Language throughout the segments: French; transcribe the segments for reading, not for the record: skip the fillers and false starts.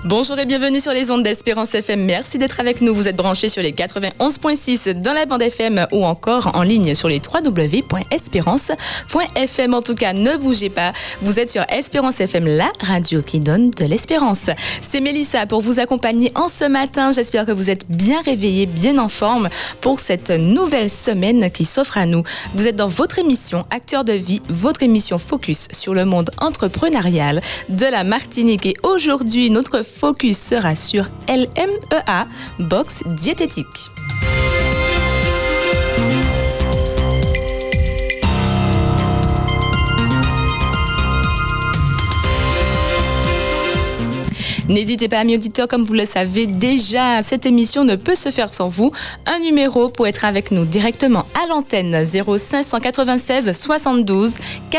Bonjour et bienvenue sur les ondes d'Espérance FM. Merci d'être avec nous. Vous êtes branchés sur les 91.6 dans la bande FM ou encore en ligne sur les www.espérance.fm. En tout cas, ne bougez pas. Vous êtes sur Espérance FM, la radio qui donne de l'espérance. C'est Mélissa pour vous accompagner en ce matin. J'espère que vous êtes bien réveillés, bien en forme pour cette nouvelle semaine qui s'offre à nous. Vous êtes dans votre émission Acteurs de vie, votre émission focus sur le monde entrepreneurial de la Martinique. Et aujourd'hui, notre focus sera sur LMEA, boxe diététique. N'hésitez pas, amis auditeurs, comme vous le savez déjà, cette émission ne peut se faire sans vous. Un numéro pour être avec nous directement à l'antenne, 0596 72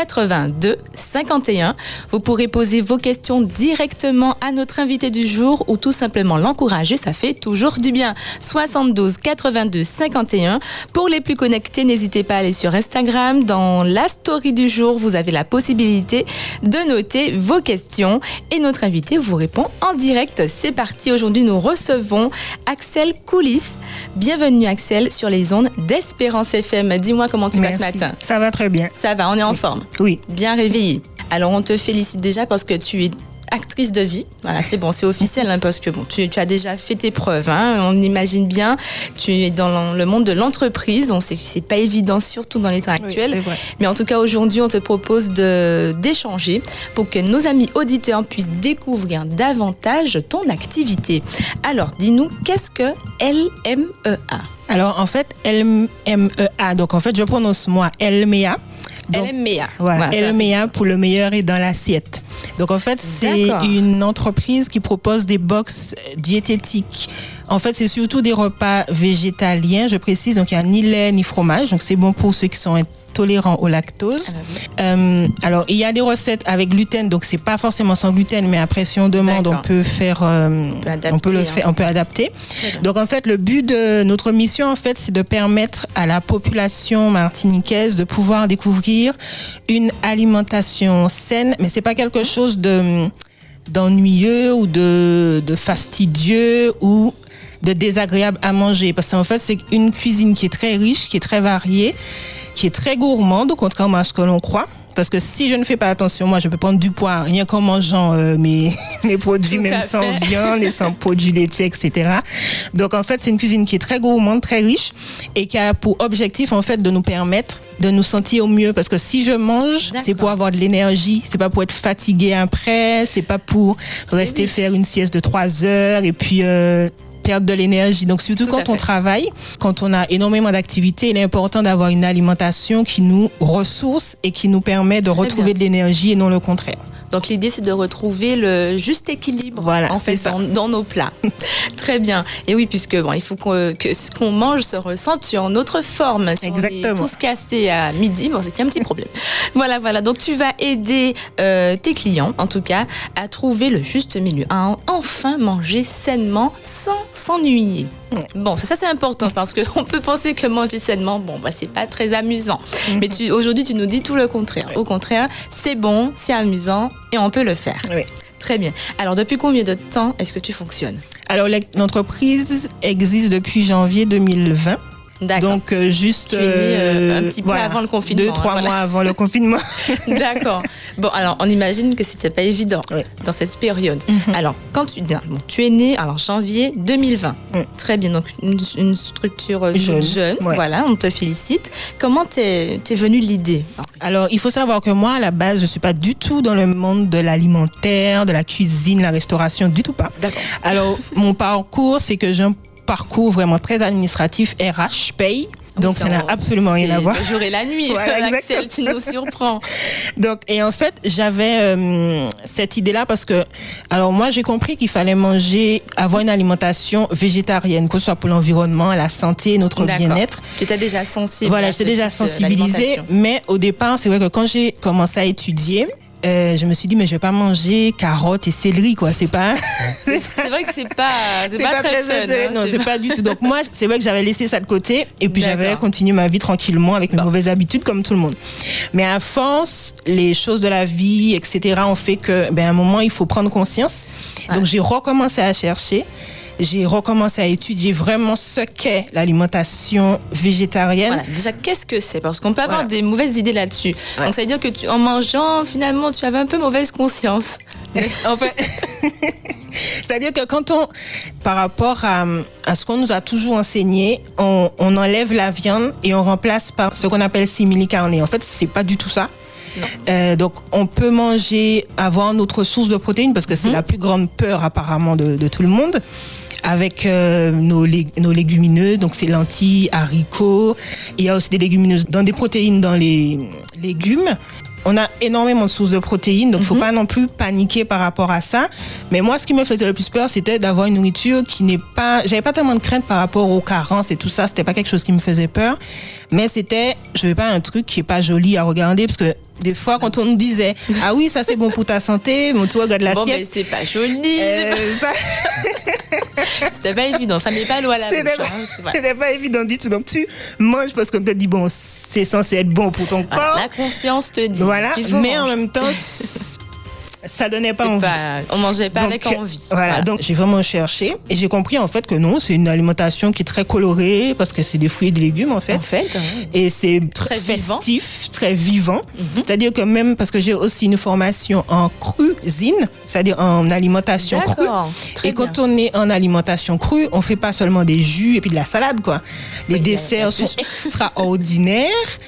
82 51. Vous pourrez poser vos questions directement à notre invité du jour ou tout simplement l'encourager, ça fait toujours du bien. 72 82 51. Pour les plus connectés, n'hésitez pas à aller sur Instagram. Dans la story du jour, vous avez la possibilité de noter vos questions et notre invité vous répond en direct. C'est parti. Aujourd'hui, nous recevons Axel Coulis. Bienvenue, Axel, sur les ondes d'Espérance FM. Dis-moi comment tu vas ce matin. Ça va très bien. Ça va, on est en forme. Oui. Bien réveillé. Alors, on te félicite déjà parce que tu es actrice de vie. Voilà, c'est bon, c'est officiel, hein, parce que bon, tu as déjà fait tes preuves. Hein, on imagine bien, tu es dans le monde de l'entreprise. On sait que c'est pas évident, surtout dans les temps actuels. Oui, c'est vrai. Mais en tout cas, aujourd'hui, on te propose d'échanger pour que nos amis auditeurs puissent découvrir davantage ton activité. Alors, dis-nous, qu'est-ce que LMEA ? Alors, en fait, LMEA, donc en fait, je prononce moi LMEA. LMEA. Voilà, LMEA pour le meilleur est dans l'assiette. Donc en fait, c'est une entreprise qui propose des box diététiques. En fait, c'est surtout des repas végétaliens, je précise. Donc il n'y a ni lait ni fromage. Donc c'est bon pour ceux qui sont tolérants au lactose. Alors il y a des recettes avec gluten, donc c'est pas forcément sans gluten, mais après si on demande, on peut faire, on peut adapter. Donc en fait, le but de notre mission, en fait, c'est de permettre à la population martiniquaise de pouvoir découvrir une alimentation saine, mais c'est pas quelque chose d'ennuyeux ou de fastidieux ou de désagréable à manger, parce qu'en fait c'est une cuisine qui est très riche, qui est très variée, qui est très gourmande, contrairement à ce que l'on croit. Parce que si je ne fais pas attention, moi, je peux prendre du poids rien qu'en mangeant mes produits, même sans viande et sans produits laitiers, etc. Donc, en fait, c'est une cuisine qui est très gourmande, très riche et qui a pour objectif, en fait, de nous permettre de nous sentir au mieux. Parce que si je mange, c'est pour avoir de l'énergie. C'est pas pour être fatigué après. C'est pas pour rester faire une sieste de 3 heures et puis perdre de l'énergie. Donc surtout quand on travaille, quand on a énormément d'activités, il est important d'avoir une alimentation qui nous ressource et qui nous permet de retrouver de l'énergie et non le contraire. Donc l'idée, c'est de retrouver le juste équilibre, voilà, en fait, dans nos plats. Très bien. Et oui, puisque bon, il faut que ce qu'on mange se ressente sur notre forme. Si exactement. on est tous cassés à midi, bon, c'est qu'il y a un petit problème. Voilà. Donc tu vas aider tes clients, en tout cas, à trouver le juste milieu, à enfin manger sainement sans s'ennuyer. Bon, ça c'est important parce qu'on peut penser que manger sainement, c'est pas très amusant. Mais aujourd'hui, tu nous dis tout le contraire. Au contraire, c'est bon, c'est amusant et on peut le faire. Oui. Très bien. Alors, depuis combien de temps est-ce que tu fonctionnes ? Alors, l'entreprise existe depuis janvier 2020. D'accord. Donc, juste... Tu es né un petit peu avant le confinement. 2-3 mois avant le confinement. D'accord. Bon, alors, on imagine que c'était pas évident dans cette période. Alors, quand tu es né, alors, janvier 2020. Très bien. Donc, une structure jeune. Voilà, on te félicite. Comment t'es venue l'idée ? Alors, il faut savoir que moi, à la base, je suis pas du tout dans le monde de l'alimentaire, de la cuisine, la restauration, du tout pas. D'accord. Alors, mon parcours, c'est que j'ai un parcours vraiment très administratif, RH, paye. Donc, ça n'a absolument rien à voir. Le jour et la nuit, voilà, Axel, tu nous surprends. Donc, et en fait, j'avais cette idée-là parce que, alors moi, j'ai compris qu'il fallait avoir une alimentation végétarienne, que ce soit pour l'environnement, la santé, notre bien-être. Tu étais déjà sensible. Voilà, j'étais déjà sensibilisée. Mais au départ, c'est vrai que quand j'ai commencé à étudier, je me suis dit mais je vais pas manger carottes et céleri quoi, c'est pas c'est vrai que c'est pas très fun. Non, c'est pas du tout. Donc moi, c'est vrai que j'avais laissé ça de côté et puis j'avais continué ma vie tranquillement avec mes mauvaises habitudes comme tout le monde. Mais à force, les choses de la vie, etc. ont fait que à un moment il faut prendre conscience Ouais. Donc, j'ai recommencé à chercher. J'ai recommencé à étudier vraiment ce qu'est l'alimentation végétarienne. Voilà. Déjà, qu'est-ce que c'est? Parce qu'on peut avoir des mauvaises idées là-dessus. Ouais. Donc, ça veut dire que en mangeant, finalement, tu avais un peu mauvaise conscience. En fait, c'est-à-dire que par rapport à ce qu'on nous a toujours enseigné, on enlève la viande et on remplace par ce qu'on appelle simili-carné. En fait, c'est pas du tout ça. Donc, on peut avoir notre source de protéines parce que c'est la plus grande peur apparemment de tout le monde. Avec nos légumineuses, donc c'est lentilles, haricots. Il y a aussi des légumineuses, des protéines dans les légumes. On a énormément de sources de protéines, donc faut pas non plus paniquer par rapport à ça. Mais moi, ce qui me faisait le plus peur, c'était d'avoir une nourriture j'avais pas tellement de crainte par rapport aux carences et tout ça. C'était pas quelque chose qui me faisait peur. Mais je veux pas un truc qui est pas joli à regarder, parce que des fois, quand on nous disait, ah oui, ça c'est bon pour ta santé, mais tu regardes l'assiette. Bon, mais c'est pas joli. C'était pas évident, ça met pas l'eau à la bouche. C'était pas évident du tout. Donc tu manges parce qu'on te dit, bon, c'est censé être bon pour ton corps. La conscience te dit. Voilà, mais en même temps, ça donnait pas envie. On mangeait pas avec envie. Voilà, donc j'ai vraiment cherché et j'ai compris en fait que non, c'est une alimentation qui est très colorée parce que c'est des fruits et des légumes en fait. Et c'est très festif, très vivant. C'est-à-dire que même parce que j'ai aussi une formation en cuisine, c'est-à-dire en alimentation crue. Et quand on est en alimentation crue, on fait pas seulement des jus et puis de la salade quoi. Les desserts sont extraordinaires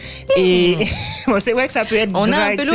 et bon, c'est vrai que ça peut être gras, etc.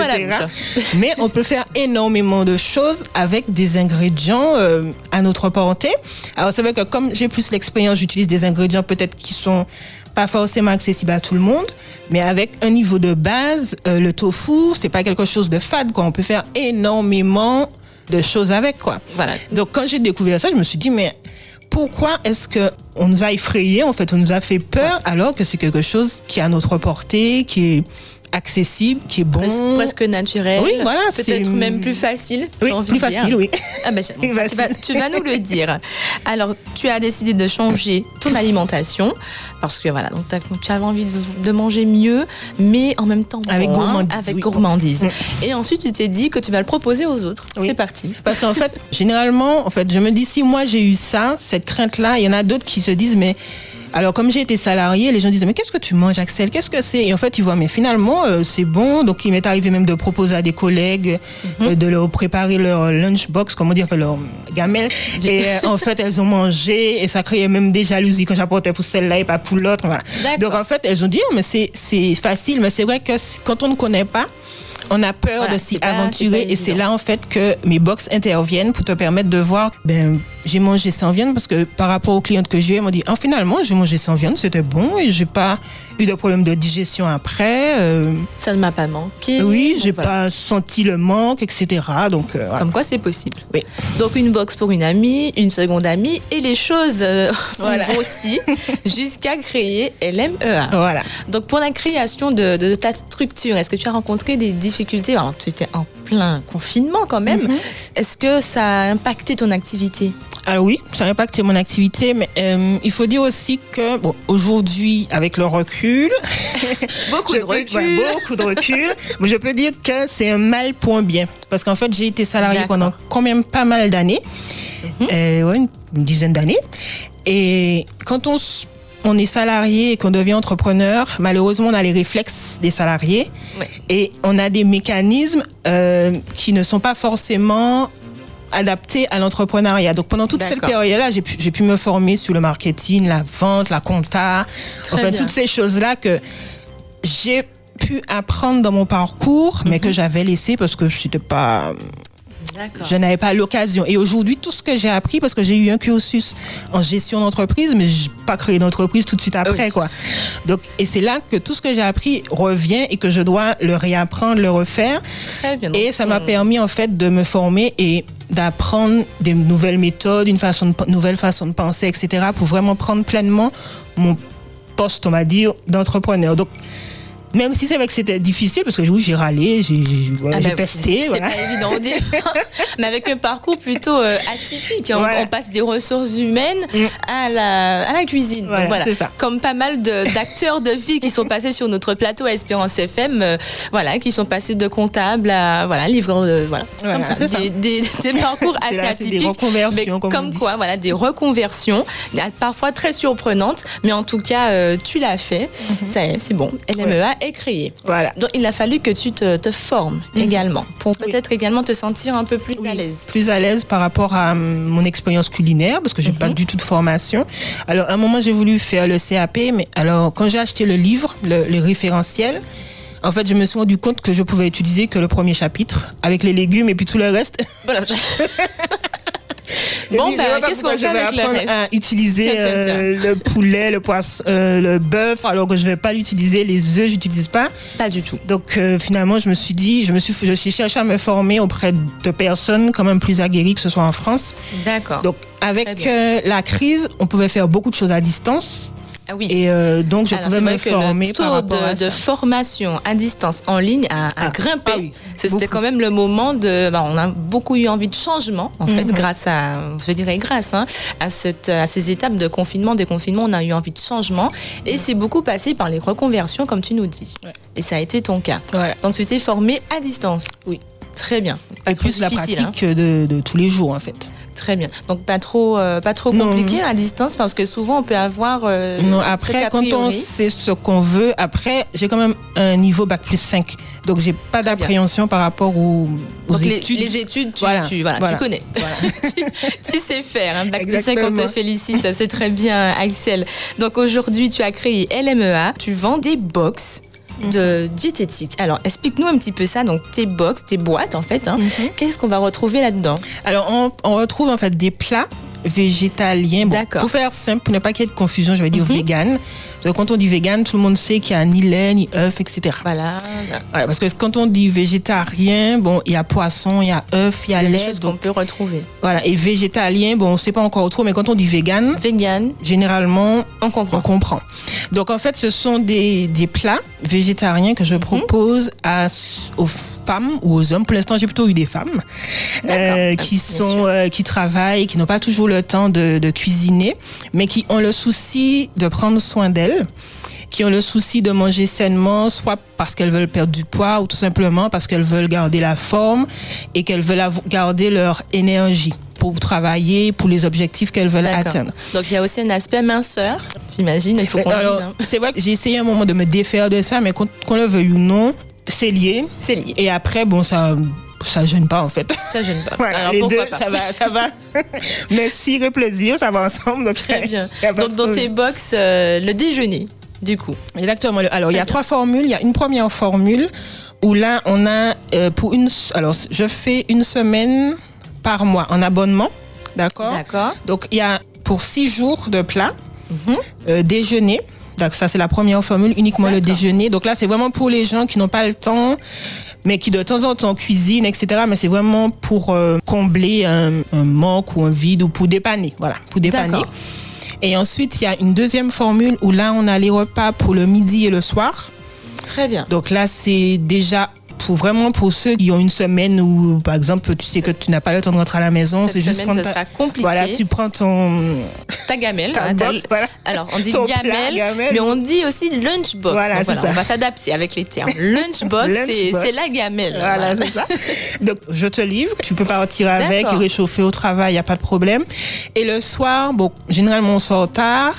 Mais on peut faire énormément de choses avec des ingrédients à notre portée. Alors c'est vrai que comme j'ai plus l'expérience, j'utilise des ingrédients peut-être qui sont pas forcément accessibles à tout le monde, mais avec un niveau de base, le tofu, c'est pas quelque chose de fade quoi. On peut faire énormément de choses avec quoi. Voilà. Donc quand j'ai découvert ça, je me suis dit mais pourquoi est-ce que on nous a effrayés en fait, on nous a fait peur alors que c'est quelque chose qui est à notre portée, qui est accessible, qui est bon. Presque naturel. Oui, voilà. Peut-être même plus facile. Oui, plus facile, oui. Ah ben, tu vas nous le dire. Alors, tu as décidé de changer ton alimentation parce que voilà, donc tu avais envie de manger mieux, mais en même temps avec gourmandise. Avec gourmandise. Et ensuite, tu t'es dit que tu vas le proposer aux autres. Oui. C'est parti. Parce qu'en fait, généralement, je me dis si moi j'ai eu cette crainte-là, il y en a d'autres qui se disent mais alors, comme j'ai été salariée, les gens disaient, mais qu'est-ce que tu manges, Axel? Qu'est-ce que c'est? Et en fait, ils voient, mais finalement, c'est bon. Donc, il m'est arrivé même de proposer à des collègues de leur préparer leur lunchbox, comment dire, leur gamelle. Et en fait, elles ont mangé et ça créait même des jalousies quand j'apportais pour celle-là et pas pour l'autre. Voilà. Donc, en fait, elles ont dit, oh, mais c'est facile. Mais c'est vrai que quand on ne connaît pas, on a peur de s'y aventurer et c'est là en fait que mes box interviennent pour te permettre de voir, j'ai mangé sans viande parce que par rapport aux clientes que j'ai, elles m'ont dit, finalement j'ai mangé sans viande, c'était bon et j'ai pas eu de problème de digestion après. Ça ne m'a pas manqué. Oui, j'ai pas senti le manque, etc. Donc, comme quoi c'est possible. Oui. Donc une box pour une amie, une seconde amie et les choses ont grossi jusqu'à créer LMEA. Voilà. Donc pour la création de ta structure, est-ce que tu as rencontré des difficultés? Alors, tu étais en plein confinement quand même. Est-ce que ça a impacté ton activité? Alors oui, ça a impacté mon activité, mais il faut dire aussi que aujourd'hui, avec le recul, beaucoup de recul, je peux dire que c'est un mal pour un bien. Parce qu'en fait, j'ai été salariée pendant quand même pas mal d'années, une dizaine d'années. Et quand on est salarié et qu'on devient entrepreneur, malheureusement, on a les réflexes des salariés et on a des mécanismes qui ne sont pas forcément adaptés à l'entrepreneuriat. Donc, pendant toute cette période-là, j'ai pu me former sur le marketing, la vente, la compta, toutes ces choses-là que j'ai pu apprendre dans mon parcours, mais que j'avais laissé parce que c'était pas... Je n'avais pas l'occasion. Et aujourd'hui, tout ce que j'ai appris, parce que j'ai eu un cursus en gestion d'entreprise, mais je n'ai pas créé d'entreprise tout de suite après, quoi. Donc, et c'est là que tout ce que j'ai appris revient et que je dois le réapprendre, le refaire. Très bien. Et ça m'a permis, en fait, de me former et d'apprendre des nouvelles méthodes, une nouvelle façon de penser, etc., pour vraiment prendre pleinement mon poste, on va dire, d'entrepreneur. Donc, Même si c'est vrai que c'était difficile, parce que oui, j'ai râlé, j'ai pesté. C'est pas évident au départ, mais avec un parcours plutôt atypique. On passe des ressources humaines à la cuisine. Voilà, donc, voilà. C'est ça. Comme pas mal d'acteurs de vie qui sont passés sur notre plateau à Espérance FM, qui sont passés de comptable à livreur, comme ça. Des parcours assez atypiques. Des reconversions, mais comme quoi, des reconversions, parfois très surprenantes, mais en tout cas, tu l'as fait. C'est bon. LMEA est créé. Voilà. Donc, il a fallu que tu te formes également, pour peut-être également te sentir un peu plus à l'aise. Plus à l'aise par rapport à mon expérience culinaire, parce que j'ai pas du tout de formation. Alors, à un moment, j'ai voulu faire le CAP, mais alors, quand j'ai acheté le livre, le référentiel, en fait, je me suis rendu compte que je pouvais utiliser que le premier chapitre, avec les légumes et puis tout le reste. Voilà. Bon, qu'est-ce qu'on fait avec le reste? À utiliser le poulet, le poisson, le bœuf, alors que je vais pas l'utiliser, les œufs, j'utilise pas. Pas du tout. Donc finalement, je suis cherché à me former auprès de personnes quand même plus aguerries que ce soit en France. D'accord. Donc avec la crise, on pouvait faire beaucoup de choses à distance. Ah oui. Et donc, je pouvais me former par rapport à ça. De formation à distance en ligne a grimpé. Oui, c'était quand même le moment on a beaucoup eu envie de changement, en fait, grâce à ces étapes de confinement, déconfinement, on a eu envie de changement. Et c'est beaucoup passé par les reconversions, comme tu nous dis. Ouais. Et ça a été ton cas. Ouais. Donc, tu t'es formé à distance. Oui. Très bien. Pas et plus la pratique de tous les jours, en fait. Très bien. Donc, pas trop compliqué à distance, parce que souvent, on peut avoir... non, après, quand on sait ce qu'on veut, après, j'ai quand même un niveau Bac plus 5. Donc, j'ai pas d'appréhension par rapport aux études. Les études, tu connais. Voilà. tu sais faire. Hein, Bac plus 5, on te félicite. C'est très bien, Axel. Donc, aujourd'hui, tu as créé LMEA. Tu vends des box de diététique. Alors, explique-nous un petit peu ça. Donc, tes box, tes boîtes, en fait. Qu'est-ce qu'on va retrouver là-dedans? Alors, on retrouve en fait des plats végétaliens. Bon, pour faire simple, pour ne pas qu'il y ait de confusion, je vais dire vegan. Donc, quand on dit vegan, tout le monde sait qu'il n'y a ni lait, ni œuf, etc. Voilà, parce que quand on dit végétarien, bon, il y a poisson, il y a œuf, il y a lait. Des choses qu'on peut retrouver. Voilà. Et végétalien, bon, on ne sait pas encore trop, mais quand on dit vegan, généralement, on comprend. Donc, en fait, ce sont des plats végétariens que je propose aux femmes ou aux hommes. Pour l'instant, j'ai plutôt eu des femmes qui travaillent, qui n'ont pas toujours le temps de cuisiner, mais qui ont le souci de prendre soin d'elles, qui ont le souci de manger sainement, soit parce qu'elles veulent perdre du poids ou tout simplement parce qu'elles veulent garder la forme et qu'elles veulent garder leur énergie pour travailler, pour les objectifs qu'elles veulent atteindre. Donc, il y a aussi un aspect minceur, j'imagine, il faut qu'on le dise. C'est vrai que j'ai essayé un moment de me défaire de ça, mais qu'on le veuille ou non, c'est lié. C'est lié. Et après, bon, ça gêne pas en fait. Ça gêne pas. Voilà, alors, les deux, pas ça va. Merci et plaisir, ça va ensemble. Donc, très bien. Donc dans tes box, le déjeuner, du coup. Exactement. Alors il y a 3 formules. Il y a une première formule où là on a alors je fais une semaine par mois en abonnement, d'accord. Donc il y a pour 6 jours de plat, déjeuner. Donc ça c'est la première formule, uniquement le déjeuner. Donc là c'est vraiment pour les gens qui n'ont pas le temps, mais qui de temps en temps cuisinent, etc. Mais c'est vraiment pour combler un manque ou un vide ou pour dépanner. Voilà, pour dépanner. D'accord. Et ensuite, il y a une deuxième formule où là, on a les repas pour le midi et le soir. Très bien. Donc là, c'est déjà pour ceux qui ont une semaine où, par exemple, tu sais que tu n'as pas le temps de rentrer à la maison. Cette semaine, ce sera compliqué. Voilà, tu prends ta gamelle. Box, voilà. Alors, on dit gamelle, mais on dit aussi lunchbox. Voilà, donc, on va s'adapter avec les termes. Lunchbox, c'est la gamelle. Voilà, c'est ça. Donc, je te livre. Tu peux partir avec et réchauffer au travail, il n'y a pas de problème. Et le soir, bon, généralement, on sort tard.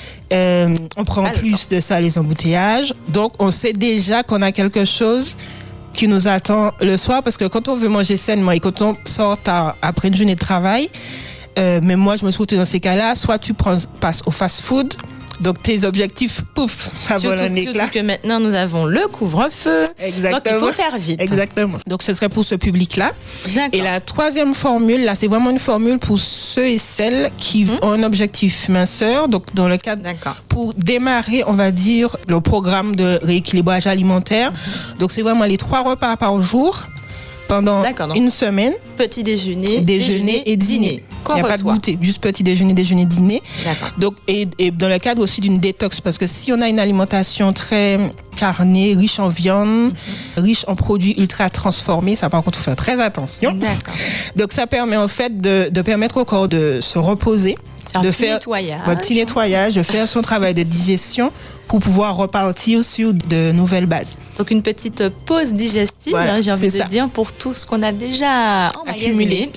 On prend plus de ça, les embouteillages. Donc, on sait déjà qu'on a quelque chose qui nous attend le soir, parce que quand on veut manger sainement et quand on sort tard après une journée de travail, mais moi je me suis retrouvée dans ces cas-là, soit tu passes au fast-food, donc tes objectifs, pouf, ça vole en éclat. Surtout que maintenant nous avons le couvre-feu, donc il faut faire vite. Exactement. Donc ce serait pour ce public-là. D'accord. Et la troisième formule, là c'est vraiment une formule pour ceux et celles qui ont un objectif minceur, donc dans le cadre, pour démarrer, on va dire, le programme de rééquilibrage alimentaire. Donc c'est vraiment les 3 repas par jour, pendant une semaine. Petit déjeuner et dîner. Il n'y a pas de goûter, juste petit déjeuner, dîner. D'accord. Donc, et dans le cadre aussi d'une détox, parce que si on a une alimentation très carnée, riche en viande, riche en produits ultra transformés, ça par contre, il faut faire très attention. D'accord. Donc, ça permet en fait de permettre au corps de se reposer, de faire un petit nettoyage, de faire son travail de digestion pour pouvoir repartir sur de nouvelles bases. Donc une petite pause digestive, j'ai envie de dire, pour tout ce qu'on a déjà accumulé.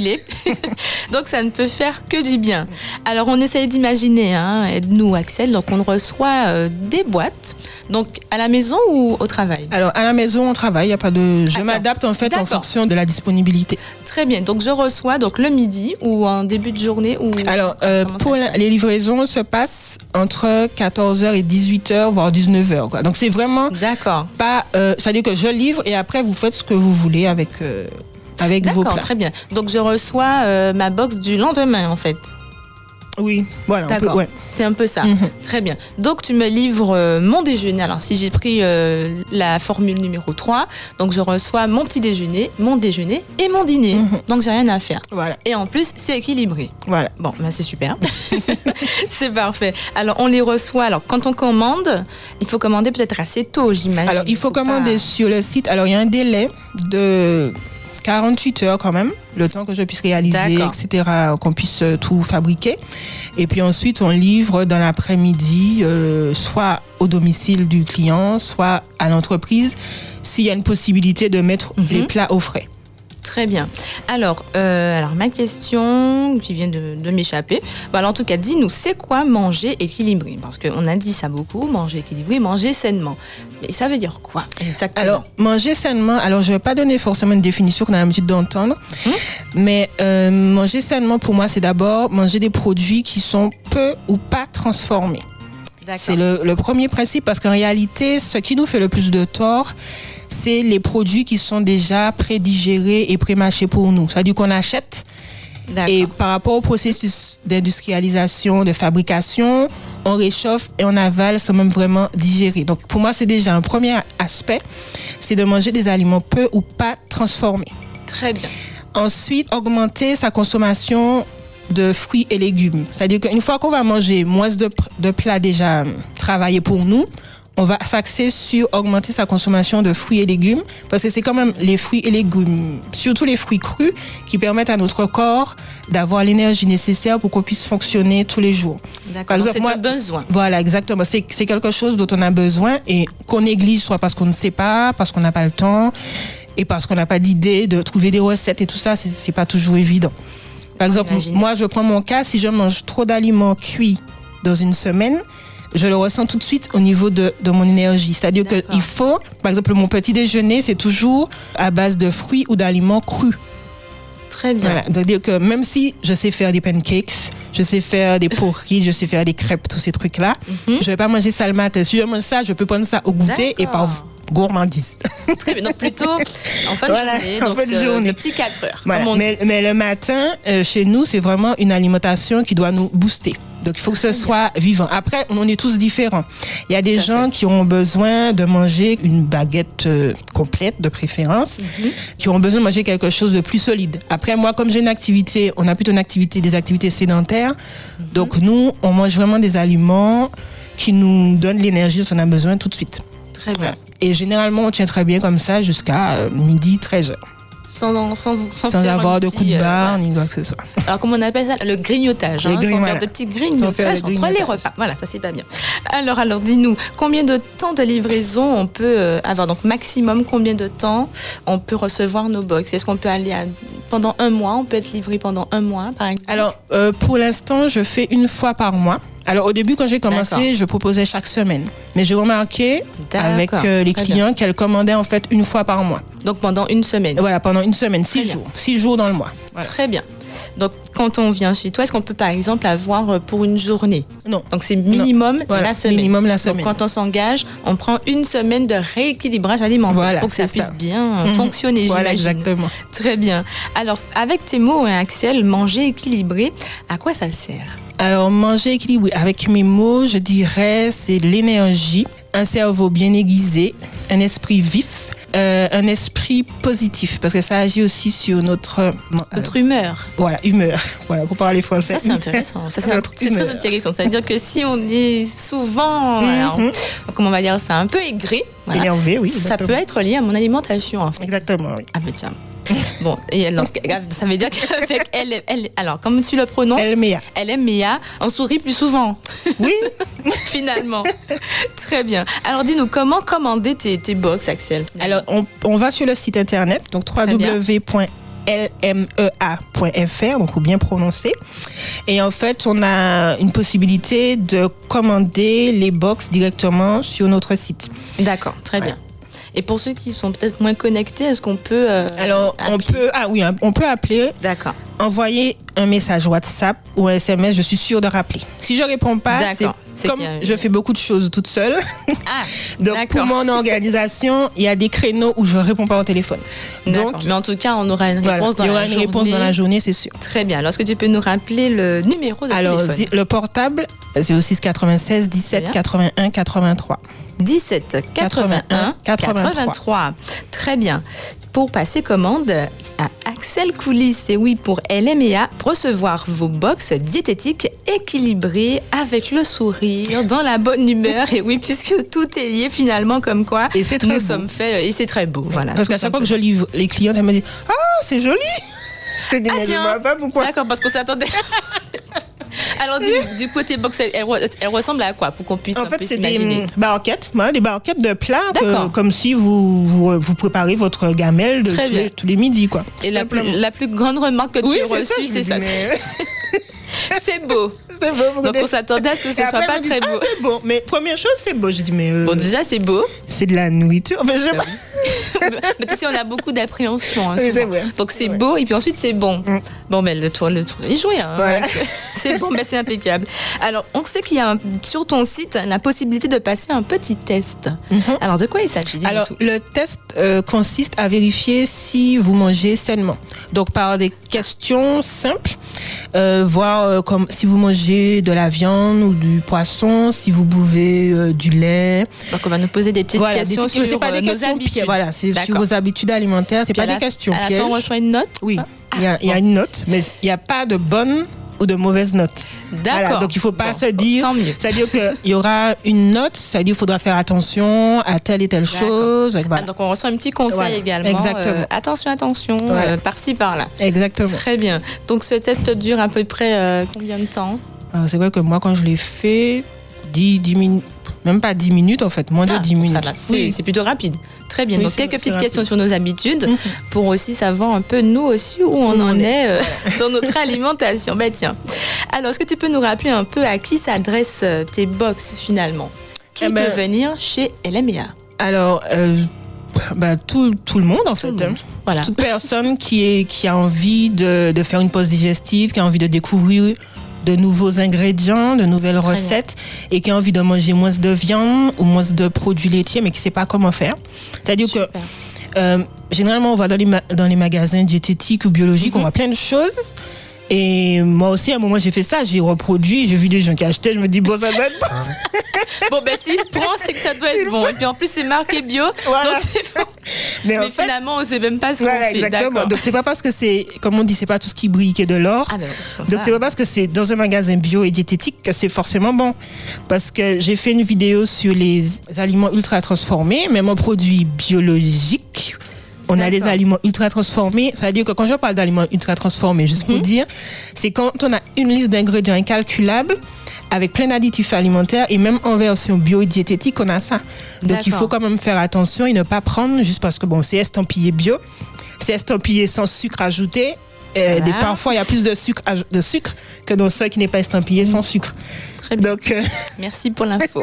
Donc ça ne peut faire que du bien. Alors on essaye d'imaginer, aide-nous Axel, donc on reçoit des boîtes, donc à la maison ou au travail? Alors à la maison, au travail, il n'y a pas de... Je m'adapte en fait en fonction de la disponibilité. Très bien, donc je reçois donc le midi ou en début de journée ou... Alors pour les livraisons se passent entre 14h et 18h, voire 19h. Quoi. Donc c'est vraiment pas... c'est-à-dire que je livre et après vous faites ce que vous voulez avec vos plats. D'accord, très bien. Donc je reçois ma box du lendemain en fait. Oui, voilà. D'accord, c'est un peu ça. Très bien. Donc tu me livres mon déjeuner. Alors si j'ai pris la formule numéro 3, donc je reçois mon petit déjeuner, mon déjeuner et mon dîner. Donc j'ai rien à faire. Voilà. Et en plus, c'est équilibré. Voilà. Bon, c'est super. C'est parfait. Alors on les reçoit. Alors quand on commande, il faut commander peut-être assez tôt, j'imagine. Alors il faut commander sur le site. Alors il y a un délai de 48 heures quand même, le temps que je puisse réaliser, etc., qu'on puisse tout fabriquer. Et puis ensuite, on livre dans l'après-midi, soit au domicile du client, soit à l'entreprise, s'il y a une possibilité de mettre les plats au frais. Très bien. Alors ma question qui vient de m'échapper. Alors, en tout cas, dis-nous, c'est quoi manger équilibré? Parce qu'on a dit ça beaucoup, manger équilibré, manger sainement. Mais ça veut dire quoi exactement? Alors, manger sainement, alors je ne vais pas donner forcément une définition qu'on a l'habitude d'entendre, mais manger sainement, pour moi, c'est d'abord manger des produits qui sont peu ou pas transformés. D'accord. C'est le premier principe, parce qu'en réalité, ce qui nous fait le plus de tort, c'est les produits qui sont déjà prédigérés et pré-mâchés pour nous. C'est-à-dire qu'on achète et par rapport au processus d'industrialisation, de fabrication, on réchauffe et on avale sans même vraiment digérer. Donc pour moi, c'est déjà un premier aspect, c'est de manger des aliments peu ou pas transformés. Très bien. Ensuite, augmenter sa consommation de fruits et légumes. C'est-à-dire qu'une fois qu'on va manger moins de plats déjà travaillés pour nous, on va s'axer sur augmenter sa consommation de fruits et légumes, parce que c'est quand même les fruits et légumes, surtout les fruits crus, qui permettent à notre corps d'avoir l'énergie nécessaire pour qu'on puisse fonctionner tous les jours. D'accord, donc c'est un besoin. Voilà, exactement. C'est quelque chose dont on a besoin et qu'on néglige, soit parce qu'on ne sait pas, parce qu'on n'a pas le temps, et parce qu'on n'a pas d'idée de trouver des recettes et tout ça, c'est pas toujours évident. Par exemple, moi, je prends mon cas, si je mange trop d'aliments cuits dans une semaine, je le ressens tout de suite au niveau de mon énergie. C'est-à-dire qu'il faut, par exemple, mon petit déjeuner, c'est toujours à base de fruits ou d'aliments crus. Très bien. Voilà. C'est-à-dire que même si je sais faire des pancakes, je sais faire des porridge, je sais faire des crêpes, tous ces trucs-là, je ne vais pas manger ça le matin. Si je mange ça, je peux prendre ça au goûter et par gourmandise. Très bien. Donc plutôt en fin de journée. En fin de journée. Le petit 4 heures. Voilà. Mais le matin, chez nous, c'est vraiment une alimentation qui doit nous booster. Donc, il faut que ce soit vivant. Après, on est tous différents. Il y a des gens qui ont besoin de manger une baguette complète, de préférence, qui ont besoin de manger quelque chose de plus solide. Après, moi, comme j'ai une activité, on a plutôt des activités sédentaires. Donc, nous, on mange vraiment des aliments qui nous donnent l'énergie dont on a besoin tout de suite. Très bien. Et généralement, on tient très bien comme ça jusqu'à midi, 13h. Sans avoir de coups de barre ni quoi que ce soit. Alors comment on appelle ça? Le grignotage, sans faire de petits grignotages entre les repas. Voilà, ça c'est pas bien. Alors dis-nous, combien de temps de livraison on peut avoir? Donc maximum, combien de temps on peut recevoir nos box? Est-ce qu'on peut aller pendant un mois? On peut être livré pendant un mois, par exemple? Alors pour l'instant, je fais une fois par mois. Alors au début, quand j'ai commencé, je proposais chaque semaine. Mais j'ai remarqué avec les clients qu'elles commandaient en fait une fois par mois. Donc pendant une semaine. Voilà, pendant une semaine, 6 jours. 6 jours dans le mois. Voilà. Très bien. Donc quand on vient chez toi, est-ce qu'on peut par exemple avoir pour une journée? Non. Donc c'est minimum la semaine. Minimum la semaine. Donc quand on s'engage, on prend une semaine de rééquilibrage alimentaire pour que ça puisse bien fonctionner. Voilà, exactement. Très bien. Alors avec tes mots, Axel, manger équilibré, à quoi ça sert? Alors, manger équilibré, avec mes mots, je dirais, c'est l'énergie, un cerveau bien aiguisé, un esprit vif, un esprit positif, parce que ça agit aussi sur notre humeur. Voilà, humeur. Voilà, pour parler français. Ça, c'est intéressant. Ça, c'est très intéressant. Ça veut dire que si on est souvent, alors, comment on va dire, c'est un peu aigri, voilà, énervé, oui. Ça peut être lié à mon alimentation, en fait. Exactement, oui. Ah, mais tiens. Bon, et donc, ça veut dire qu'avec elle, alors, comme tu le prononces, LMEA, on sourit plus souvent. Oui. Finalement. Très bien. Alors, dis-nous, comment commander tes box, Axel? Alors, on va sur le site internet, donc www.lmea.fr, donc faut bien prononcer. Et en fait, on a une possibilité de commander les box directement sur notre site. D'accord, très bien. Et pour ceux qui sont peut-être moins connectés, est-ce qu'on peut on peut appeler. D'accord. Envoyer un message WhatsApp ou un SMS, je suis sûre de rappeler. Si je réponds pas, c'est comme je fais beaucoup de choses toute seule. Ah, donc pour mon organisation, il y a des créneaux où je réponds pas au téléphone. Donc, mais en tout cas, on aura une réponse dans la journée. Il y aura une réponse dans la journée, c'est sûr. Très bien. Alors, est-ce que tu peux nous rappeler le numéro de téléphone? Alors, le portable, 06 96 17 81 83. 17 81 83. Très bien. Pour passer commande à Axel Coulisses, et oui, pour LMEA, recevoir vos box diététiques équilibrées avec le sourire, dans la bonne humeur, et oui, puisque tout est lié finalement comme quoi et c'est très nous sommes faits, et c'est très beau. Voilà, parce qu'à chaque fois que je livre les clientes, elles me disent « Ah, c'est joli !» tiens, d'accord, parce qu'on s'attendait... Alors, du côté box, elle ressemble à quoi pour qu'on puisse s'imaginer? Des barquettes de plats, comme si vous préparez votre gamelle tous les midis, quoi. Et la plus grande remarque que tu as reçue, c'est ça. C'est beau. C'est beau. Donc on s'attendait à ce que ce soit pas très beau. C'est beau. Mais première chose, c'est beau. J'ai dit bon, déjà c'est beau. C'est de la nourriture. Enfin, je sais pas. Mais tu sais, on a beaucoup d'appréhension. Oui, c'est vrai. Donc c'est beau et puis ensuite c'est bon. Bon, mais le tour est joué. Hein. Voilà. C'est bon, mais c'est impeccable. Alors, on sait qu'il y a sur ton site la possibilité de passer un petit test. Alors, de quoi il s'agit? Alors, le test consiste à vérifier si vous mangez sainement. Donc, par des questions simples, voir comme si vous mangez de la viande ou du poisson, si vous buvez du lait. Donc, on va nous poser des petites questions sur nos habitudes. Voilà, c'est sur vos habitudes alimentaires. C'est pas des questions pièges. À la fin, on reçoit une note? Oui, il y a une note, mais il n'y a pas de bonne ou de mauvaise note. D'accord. Voilà, donc il ne faut pas se dire. Tant mieux. C'est-à-dire qu'il y aura une note, c'est-à-dire qu'il faudra faire attention à telle et telle chose. Voilà. Donc on reçoit un petit conseil également. Exactement. Attention, par-ci, par-là. Exactement. Très bien. Donc ce test dure à peu près combien de temps? C'est vrai que moi, quand je l'ai fait, 10 minutes. Même pas 10 minutes en fait, moins de 10 minutes. Ça va, c'est plutôt rapide. Très bien. Donc quelques petites questions sur nos habitudes pour aussi savoir un peu nous aussi où on en est dans notre alimentation. Tiens. Alors, est-ce que tu peux nous rappeler un peu à qui s'adressent tes box finalement? Qui peut venir chez LMEA? Alors, tout le monde en fait. Voilà. Toute personne qui a envie de faire une pause digestive, qui a envie de découvrir de nouveaux ingrédients, de nouvelles recettes et qui a envie de manger moins de viande ou moins de produits laitiers mais qui ne sait pas comment faire. C'est-à-dire que généralement on va dans les magasins diététiques ou biologiques, on voit plein de choses. Et moi aussi, à un moment, j'ai fait ça, j'ai reproduit, j'ai vu des gens qui achetaient, je me dis, bon, ça doit être bon. Bon, s'il prend, c'est que ça doit être bon. Et puis en plus, c'est marqué bio, voilà. donc c'est bon. Mais finalement, on ne sait même pas ce qu'on fait. Exactement. D'accord. Donc, c'est pas parce que c'est, comme on dit, c'est pas tout ce qui brille qui est de l'or. Donc, c'est pas parce que c'est dans un magasin bio et diététique que c'est forcément bon. Parce que j'ai fait une vidéo sur les aliments ultra transformés, même en produits biologiques. On a des aliments ultra transformés. C'est-à-dire que quand je parle d'aliments ultra transformés, juste pour dire, c'est quand on a une liste d'ingrédients incalculables avec plein d'additifs alimentaires et même en version bio et diététique, on a ça. Donc, il faut quand même faire attention et ne pas prendre juste parce que c'est estampillé bio, c'est estampillé sans sucre ajouté. Parfois, il y a plus de sucre que dans ceux qui n'est pas estampillé sans sucre. Très bien. Donc, merci pour l'info.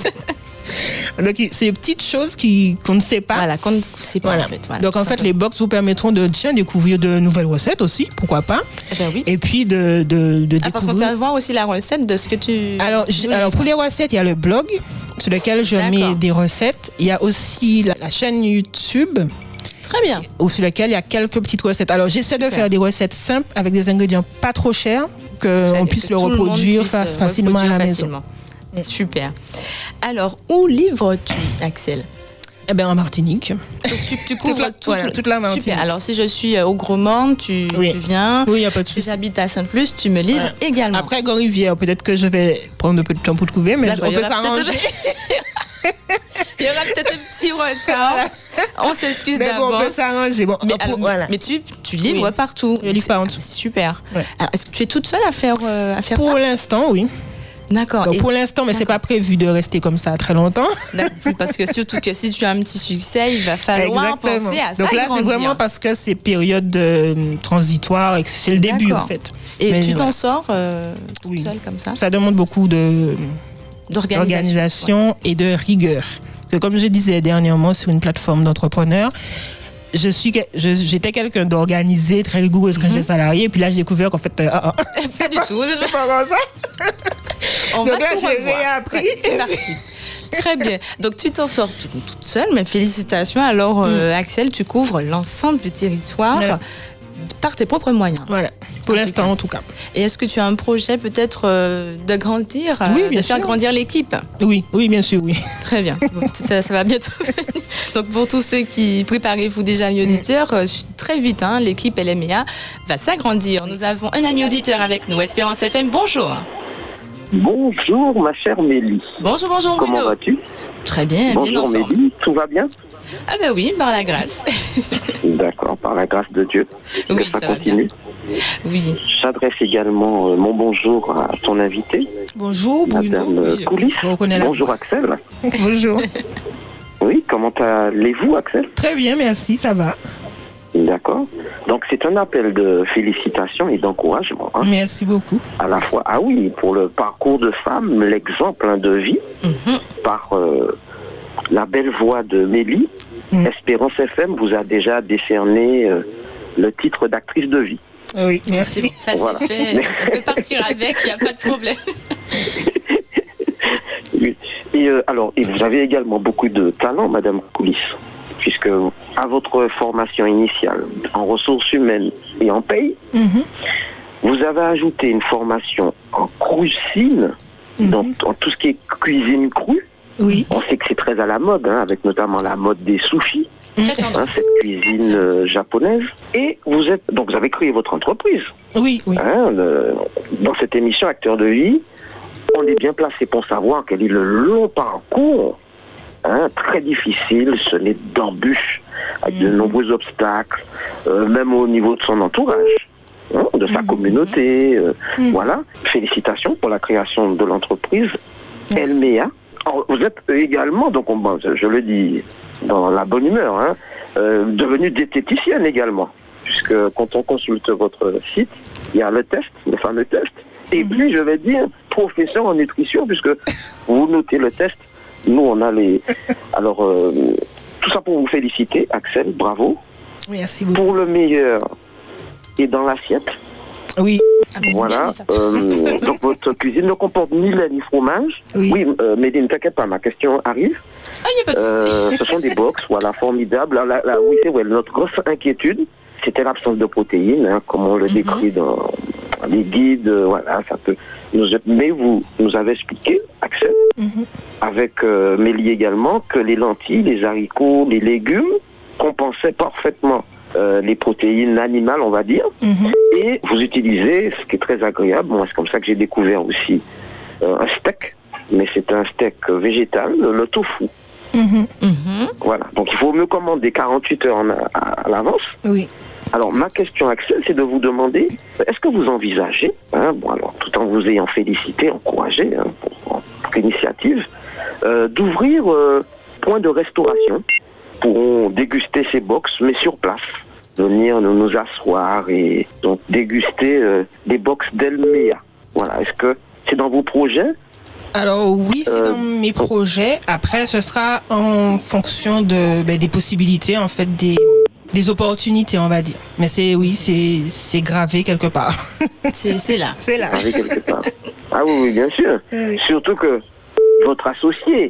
Donc, c'est des petites choses qu'on ne sait pas. Voilà, qu'on ne sait pas en fait. Voilà, donc, en fait, les box vous permettront de découvrir de nouvelles recettes aussi, pourquoi pas. Oui. Et puis de découvrir. Parce qu'on peut voir aussi la recette de ce que tu... Alors pour les recettes, il y a le blog sur lequel je mets des recettes. Il y a aussi la chaîne YouTube. Très bien. Sur laquelle il y a quelques petites recettes. Alors, j'essaie de faire des recettes simples avec des ingrédients pas trop chers, qu'on puisse le reproduire facilement à la maison. Super. Alors, où livres-tu, Axel? Eh bien, en Martinique. Donc, tu couvres toute la Martinique. Super. Alors, si je suis au Gros-Mont, tu viens. Oui, il n'y a pas de souci. Si j'habite à Sainte-Luce, tu me livres également. Après, Gand-Rivière, peut-être que je vais prendre un peu de temps pour te couvrir, mais on peut s'arranger. Il y aura peut-être un petit retard. On s'excuse d'avance. Mais bon, on peut s'arranger. Bon, mais tu livres partout. Je livre partout. Super. Ouais. Alors, est-ce que tu es toute seule à faire ça? Pour l'instant, oui. D'accord. Donc, pour l'instant, mais c'est pas prévu de rester comme ça très longtemps. Parce que surtout que si tu as un petit succès, il va falloir penser à ça. Donc là, c'est vraiment parce que c'est période transitoire et que c'est le début en fait. Et tu t'en sors toute seule comme ça? Ça demande beaucoup d'organisation et de rigueur. Parce que comme je disais dernièrement sur une plateforme d'entrepreneurs, j'étais quelqu'un d'organisé, très rigoureuse quand j'étais salarié, et puis là j'ai découvert qu'en fait pas du tout, c'est pas comme ça. Donc là j'ai réappris. C'est parti. Très bien. Donc tu t'en sors toute seule, mais félicitations. Alors Axel, tu couvres l'ensemble du territoire par tes propres moyens. Voilà, pour l'instant en tout cas. Et est-ce que tu as un projet peut-être de grandir, de faire grandir l'équipe? Oui, bien sûr, oui. Très bien, ça va bientôt venir. Donc pour tous ceux qui préparez-vous déjà amis auditeurs, très vite, l'équipe LMEA va s'agrandir. Nous avons un ami auditeur avec nous, Espérance FM, bonjour. Bonjour ma chère Mélie. Bonjour Bruno. Comment vas-tu? Très bien, bien en forme. Bonjour Mélie, tout va bien? Ah ben oui, par la grâce. D'accord, par la grâce de Dieu. Oui, ça continue. Oui. J'adresse également mon bonjour à ton invité. Bonjour Bruno. Madame Coulis. Bonjour Axel. Bonjour. Oui, comment allez-vous Axel? Très bien, merci, ça va. D'accord. Donc c'est un appel de félicitations et d'encouragement. Merci beaucoup. À la fois, pour le parcours de femme, l'exemple de vie, par la belle voix de Mélie, Espérance FM vous a déjà décerné le titre d'actrice de vie. Oui, merci. Ça c'est fait, on peut partir avec, il n'y a pas de problème. Et vous avez également beaucoup de talent, Madame Coulis, puisque à votre formation initiale en ressources humaines et en paye, vous avez ajouté une formation en cuisine, en tout ce qui est cuisine crue. Oui. On sait que c'est très à la mode, avec notamment la mode des sushis, cette cuisine japonaise. Et vous avez créé votre entreprise. Oui. Dans cette émission Acteur de vie, on est bien placé pour savoir quel est le long parcours, très difficile, semé d'embûches, avec de nombreux obstacles, même au niveau de son entourage, de sa communauté. Voilà. Félicitations pour la création de l'entreprise LMEA. Vous êtes également, donc je le dis dans la bonne humeur, devenue diététicienne également, puisque quand on consulte votre site, il y a le fameux test, et puis je vais dire professeur en nutrition, puisque vous notez le test, nous on a les... Alors, tout ça pour vous féliciter, Axel, bravo. Merci beaucoup. Pour le meilleur et dans l'assiette. Oui. Voilà. Donc votre cuisine ne comporte ni lait ni fromage. Oui, Mélie, ne t'inquiète pas, ma question arrive. Ah, il n'y a pas de souci. Ce sont des box, voilà, formidables. Oui, c'est vrai, notre grosse inquiétude, c'était l'absence de protéines, comme on le décrit dans les guides. Voilà, ça peut nous... Mais vous nous avez expliqué, Axel, avec Mélie également, que les lentilles, les haricots, les légumes compensaient parfaitement les protéines animales, on va dire. Et vous utilisez, ce qui est très agréable, moi c'est comme ça que j'ai découvert aussi un steak, mais c'est un steak végétal, le tofu. Voilà, donc il faut mieux commander 48 heures à l'avance. Oui. Alors ma question, Axel, c'est de vous demander, est-ce que vous envisagez, tout en vous ayant félicité, encouragé pour l'initiative, d'ouvrir point de restauration pour déguster ces box, mais sur place, venir nous asseoir et donc déguster des box d'LMEA. Voilà, est-ce que c'est dans vos projets? Alors oui, c'est dans mes projets. Après, ce sera en fonction des possibilités, en fait, des opportunités, on va dire. Mais c'est gravé quelque part. C'est là. C'est là. Gravé quelque part. Ah oui, bien sûr. Oui. Surtout que votre associé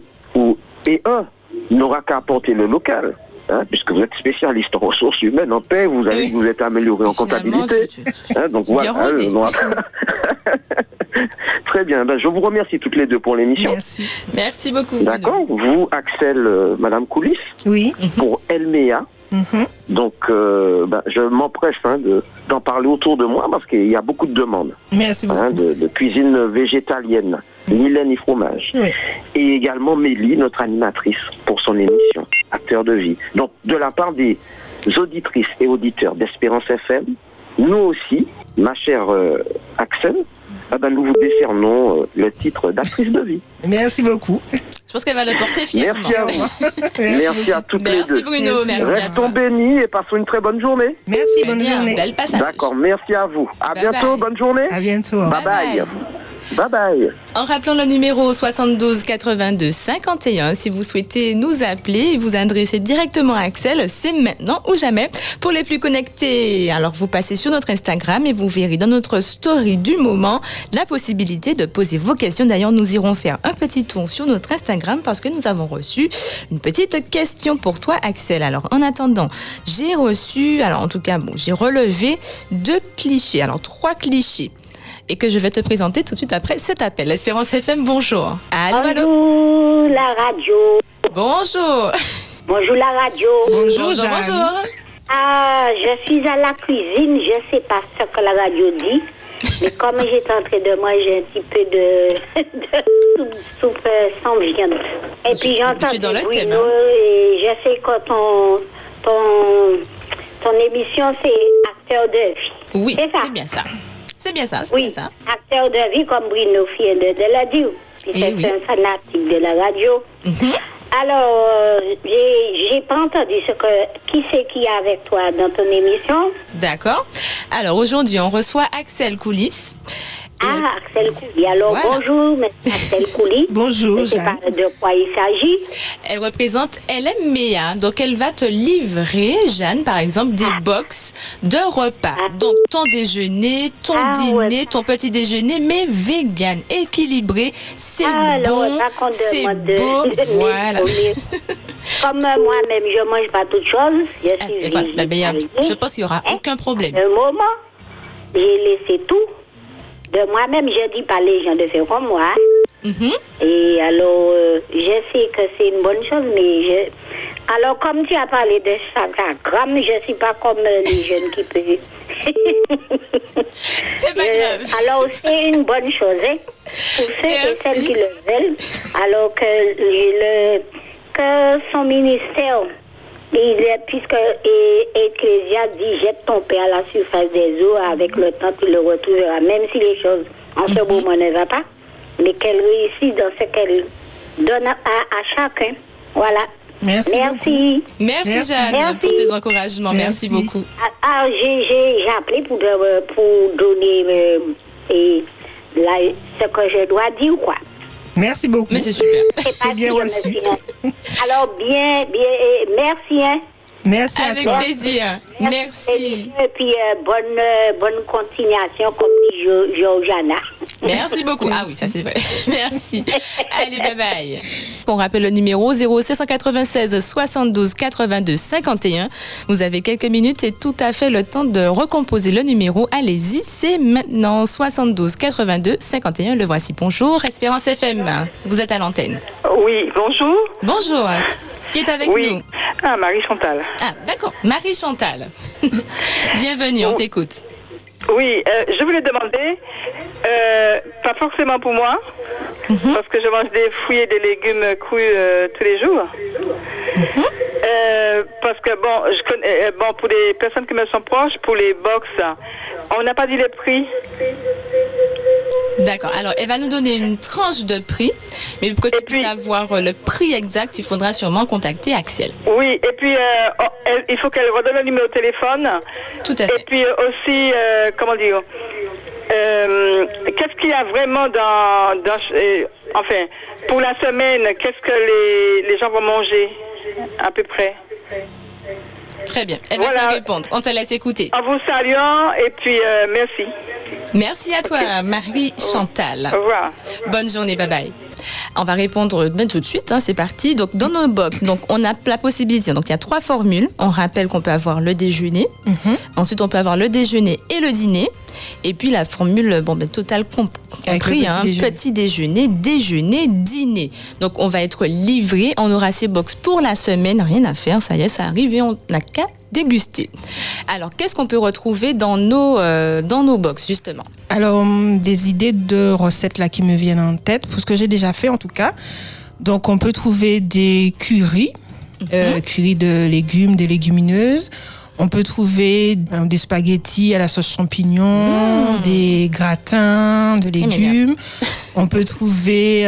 n'aura qu'à apporter le local. Puisque vous êtes spécialiste en ressources humaines, en paix, vous avez vous êtes amélioré en comptabilité. Donc voilà. Très bien. Ben, je vous remercie toutes les deux pour l'émission. Merci. Merci beaucoup. D'accord. Vous, Axel, Madame Coulis. Oui. Pour Elméa. Donc, je m'empresse d'en parler autour de moi parce qu'il y a beaucoup de demandes. Merci beaucoup. De cuisine végétalienne, ni lait ni fromage. Oui. Et également Mélie, notre animatrice, pour son émission Acteurs de vie. Donc, de la part des auditrices et auditeurs d'Espérance FM, nous aussi, ma chère Axel, nous vous décernons le titre d'actrice de vie. Merci beaucoup. Je pense qu'elle va le porter fièrement. Merci à vous. Merci à toutes les deux. Merci Bruno. Merci. Restons bénis et passons une très bonne journée. Merci, bonne journée. Bel passage. D'accord, merci à vous. À bientôt, bonne journée. À bientôt. Bye bye. Bye bye. En rappelant le numéro 72 82 51, si vous souhaitez nous appeler et vous adresser directement à Axel, c'est maintenant ou jamais. Pour les plus connectés, alors vous passez sur notre Instagram et vous verrez dans notre story du moment la possibilité de poser vos questions. D'ailleurs, nous irons faire un petit tour sur notre Instagram parce que nous avons reçu une petite question pour toi, Axel. Alors, en attendant, j'ai relevé 2 clichés. Alors, 3 clichés. Et que je vais te présenter tout de suite après cet appel. Espérance FM, bonjour. Bonjour la radio. Bonjour. Bonjour la radio. Bonjour, Jeanne. Bonjour. Je suis à la cuisine, je ne sais pas ce que la radio dit, mais comme j'étais en train de manger un petit peu de soupe sans viande. Et puis j'entends Bruno, et je sais que ton émission c'est Acteurs de vie. Oui, c'est bien ça. C'est bien ça, bien ça. Acteur de vie comme Bruno vient de la dire. C'est un fanatique de la radio. Alors, j'ai pas entendu qui c'est qui est avec toi dans ton émission. D'accord. Alors, aujourd'hui, on reçoit Axel Coulis. Axel Coulis. Alors, voilà. Bonjour, Axel Coulis. Bonjour, Jeanne. De quoi il s'agit? Elle représente Elméa. Donc, elle va te livrer, Jeanne, par exemple, des box de repas. Donc, ton déjeuner, ton dîner, ton petit déjeuner, mais vegan, équilibré. C'est bon, c'est beau. Voilà. Comme moi-même, je ne mange pas toutes choses. Je pense qu'il n'y aura aucun problème. Un moment, j'ai laissé tout. De moi-même, je dis pas les gens de faire comme moi. Et alors, je sais que c'est une bonne chose, mais alors, comme tu as parlé de Instagram, je ne suis pas comme les jeunes qui peuvent. C'est pas grave. Alors, c'est une bonne chose, hein, pour ceux et celles qui le veulent. Alors que son ministère, puisque Ecclésia dit jette ton paix à la surface des eaux, avec le temps tu le retrouveras, même si les choses en ce moment ne vont pas, mais qu'elle réussisse dans ce qu'elle donne à chacun. Voilà. Merci. Merci Jeanne pour tes encouragements. Merci beaucoup. J'ai appelé pour donner ce que je dois dire, quoi. Merci beaucoup. Mais c'est super. C'est bien reçu. Alors, bien, merci. Hein. Merci à toi. Avec plaisir. Merci. Et puis, bonne continuation, comme dit Georgiana. Merci beaucoup. Ah oui, ça c'est vrai. Merci. Allez, bye bye. On rappelle le numéro 0796 72 82 51. Vous avez quelques minutes et tout à fait le temps de recomposer le numéro. Allez-y, c'est maintenant 72 82 51. Le voici. Bonjour, Espérance FM. Vous êtes à l'antenne. Oui, bonjour. Bonjour. Qui est avec nous? Marie-Chantal. Ah, d'accord. Marie-Chantal. Bienvenue, on t'écoute. Oui, je voulais demander, pas forcément pour moi, parce que je mange des fruits et des légumes crus tous les jours. Parce que, je connais, pour les personnes qui me sont proches, pour les box, on n'a pas dit les prix. D'accord. Alors, elle va nous donner une tranche de prix, mais pour que tu puisses avoir le prix exact, il faudra sûrement contacter Axel. Oui, et puis il faut qu'elle redonne le numéro de téléphone. Tout à fait. Et puis aussi, comment dire, qu'est-ce qu'il y a vraiment enfin, pour la semaine, qu'est-ce que les gens vont manger, à peu près? Très bien. Elle va te répondre. On te laisse écouter. En vous saluant et puis merci. Merci à toi, Marie-Chantal. Au revoir. Bonne journée, bye bye. On va répondre tout de suite, c'est parti. Donc, dans nos box, on a la possibilité. Donc, il y a 3 formules. On rappelle qu'on peut avoir le déjeuner. Ensuite, on peut avoir le déjeuner et le dîner. Et puis la formule total compris, petit déjeuner, dîner. Donc on va être livré, on aura ces box pour la semaine, rien à faire, ça y est, ça arrive et on n'a qu'à déguster. Alors qu'est-ce qu'on peut retrouver dans nos box justement? Alors des idées de recettes là qui me viennent en tête, pour ce que j'ai déjà fait en tout cas. Donc on peut trouver des currys, curry de légumes, des légumineuses. On peut trouver des spaghettis à la sauce champignon, des gratins de légumes. On peut trouver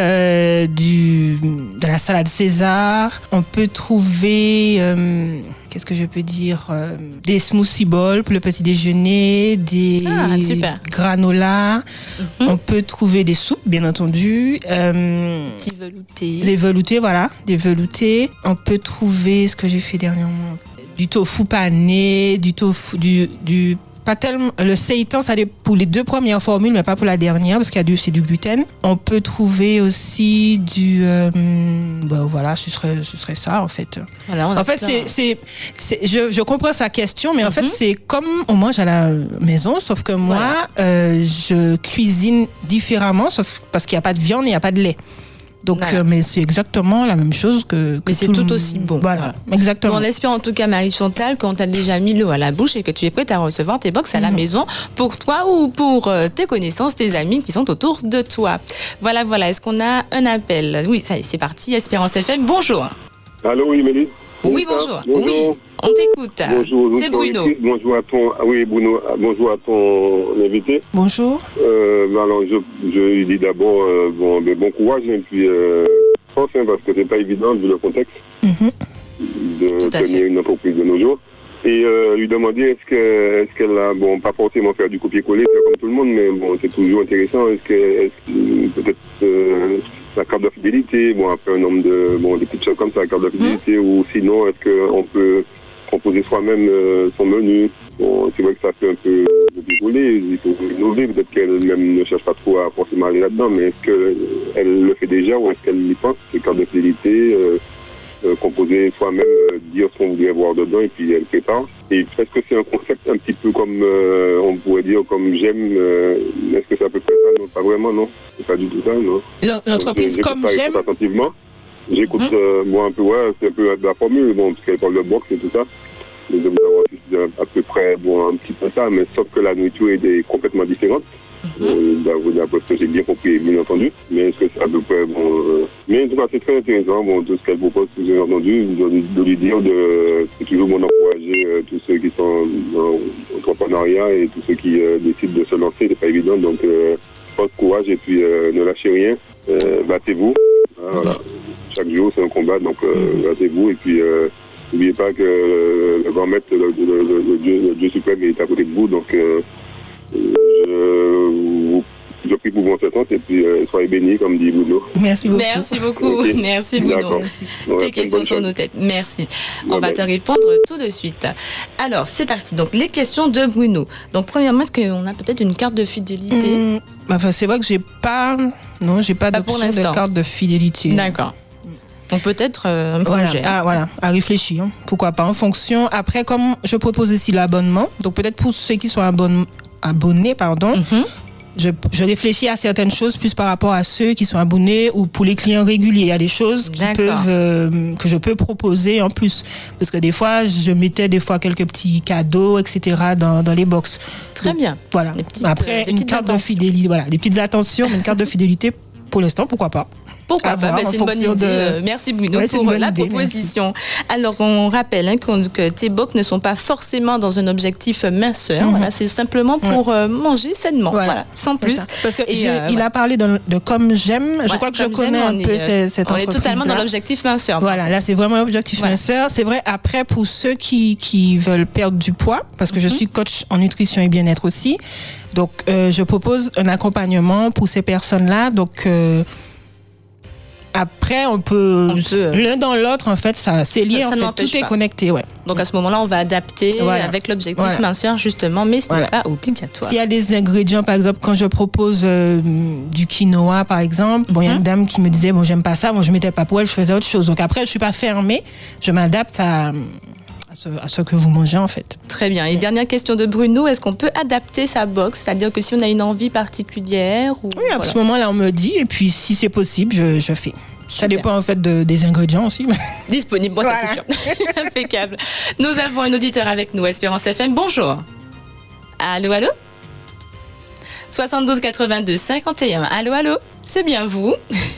de la salade César. On peut trouver, qu'est-ce que je peux dire, des smoothie bowls pour le petit déjeuner, des granolas. On peut trouver des soupes, bien entendu. Petits veloutés. Les veloutés, voilà, des veloutés. On peut trouver ce que j'ai fait dernièrement. Du tofu pané, du tofu, pas tellement, le seitan, ça est pour les 2 premières formules, mais pas pour la dernière, parce qu'il y a c'est du gluten. On peut trouver aussi voilà, ce serait ça, en fait. Voilà, en fait, je comprends sa question, mais en fait, c'est comme on mange à la maison, sauf que moi, je cuisine différemment, sauf parce qu'il n'y a pas de viande et il n'y a pas de lait. Donc, mais c'est exactement la même chose que mais c'est tout aussi bon. Voilà, exactement. On espère en tout cas, Marie-Chantal, quand tu as déjà mis l'eau à la bouche et que tu es prête à recevoir tes box à la maison pour toi ou pour tes connaissances, tes amis qui sont autour de toi. Voilà. Est-ce qu'on a un appel? Oui, ça y est, c'est parti. Espérance FM, bonjour. Allô, oui, Mélisse. Oui, bonjour. Oui, on t'écoute. Bonjour. C'est Bruno. Bonjour à ton, Bruno. Bonjour à ton invité. Bonjour. Alors, je lui dis d'abord bon courage et puis force, parce que c'est pas évident vu le contexte de tenir une entreprise de nos jours. Et lui demander est-ce qu'elle a pas forcément faire du copier-coller comme tout le monde, mais c'est toujours intéressant. Est-ce que peut-être la carte de fidélité, après un nombre des petites choses comme ça, la carte de fidélité, ou sinon est-ce qu'on peut composer soi-même son menu. C'est vrai que ça fait un peu rigoler, il faut innover, peut-être qu'elle-même ne cherche pas trop à forcément aller là-dedans, mais est-ce qu'elle le fait déjà ou est-ce qu'elle y pense, ces cartes de fidélité, composer soi-même, dire ce qu'on voudrait voir dedans et puis elle prépare. Et est-ce que c'est un concept un petit peu comme, on pourrait dire, comme j'aime, est-ce que c'est à peu près ça? Non, pas vraiment, non. C'est pas du tout ça, non. L'entreprise comme j'aime. Attentivement. J'écoute, un peu, c'est un peu la formule, parce qu'elle parle de box et tout ça. Mais je voulais avoir à peu près, un petit peu ça, mais sauf que la nourriture est complètement différente. D'après ce que j'ai bien compris, bien entendu. Mais est-ce que c'est à peu près mais en tout cas, c'est très intéressant, tout ce qu'elle propose, que j'ai entendu, de lui dire c'est toujours bon d'encourager tous ceux qui sont dans l'entrepreneuriat et tous ceux qui décident de se lancer, c'est pas évident, donc force, courage et puis ne lâchez rien, battez-vous. Voilà. Chaque jour, c'est un combat, donc battez-vous et puis n'oubliez pas que le grand maître, le Dieu suprême est à côté de vous, donc je prie pour votre temps et puis soyez bénis, comme dit Bruno. Merci beaucoup. Merci beaucoup. Okay. Merci Bruno. Tes questions sont nos têtes. Merci. On va te répondre tout de suite. Alors, c'est parti. Donc, les questions de Bruno. Donc, premièrement, est-ce qu'on a peut-être une carte de fidélité? C'est vrai que j'ai pas d'option de carte de fidélité. D'accord. Donc peut-être un projet. À réfléchir. Pourquoi pas en fonction. Après, comme je propose ici l'abonnement, donc peut-être pour ceux qui sont abonnés, je réfléchis à certaines choses plus par rapport à ceux qui sont abonnés ou pour les clients réguliers. Il y a des choses que je peux proposer en plus. Parce que des fois, je mettais quelques petits cadeaux, etc. dans les box. Très bien. Voilà. Après, une carte de fidélité. Voilà, des petites attentions, mais une carte de fidélité. Pour l'instant, pourquoi pas? Pourquoi pas? C'est une bonne idée. Merci Bruno pour la proposition. Merci. Alors, on rappelle que tes box ne sont pas forcément dans un objectif minceur. Voilà, c'est simplement pour manger sainement. Voilà, sans plus. Parce que il a parlé de comme j'aime. Je crois que je connais un peu cette entreprise. On est totalement dans l'objectif minceur. Voilà, là, c'est vraiment l'objectif minceur. C'est vrai, après, pour ceux qui veulent perdre du poids, parce que je suis coach en nutrition et bien-être aussi, donc je propose un accompagnement pour ces personnes-là. Donc, après, on peut l'un dans l'autre, en fait, c'est lié, tout est connecté. Ouais. Donc à ce moment-là, on va adapter avec l'objectif minceur, justement, mais ce n'est pas obligatoire. S'il y a des ingrédients, par exemple, quand je propose du quinoa, par exemple, il y a une dame qui me disait, j'aime pas ça, je ne mettais pas pour elle, je faisais autre chose. Donc après, je ne suis pas fermée, je m'adapte à ce que vous mangez en fait. Très bien. Et dernière question de Bruno, est-ce qu'on peut adapter sa box? C'est-à-dire que si on a une envie particulière ou... Oui, à ce moment-là, on me dit, et puis si c'est possible, je fais. Ça dépend en fait des ingrédients aussi. Disponible, bon, voilà. Ça c'est sûr. Impeccable. Nous avons un auditeur avec nous, Espérance FM. Bonjour. Allô, allô 72 82 51. Allô, allô, c'est bien vous?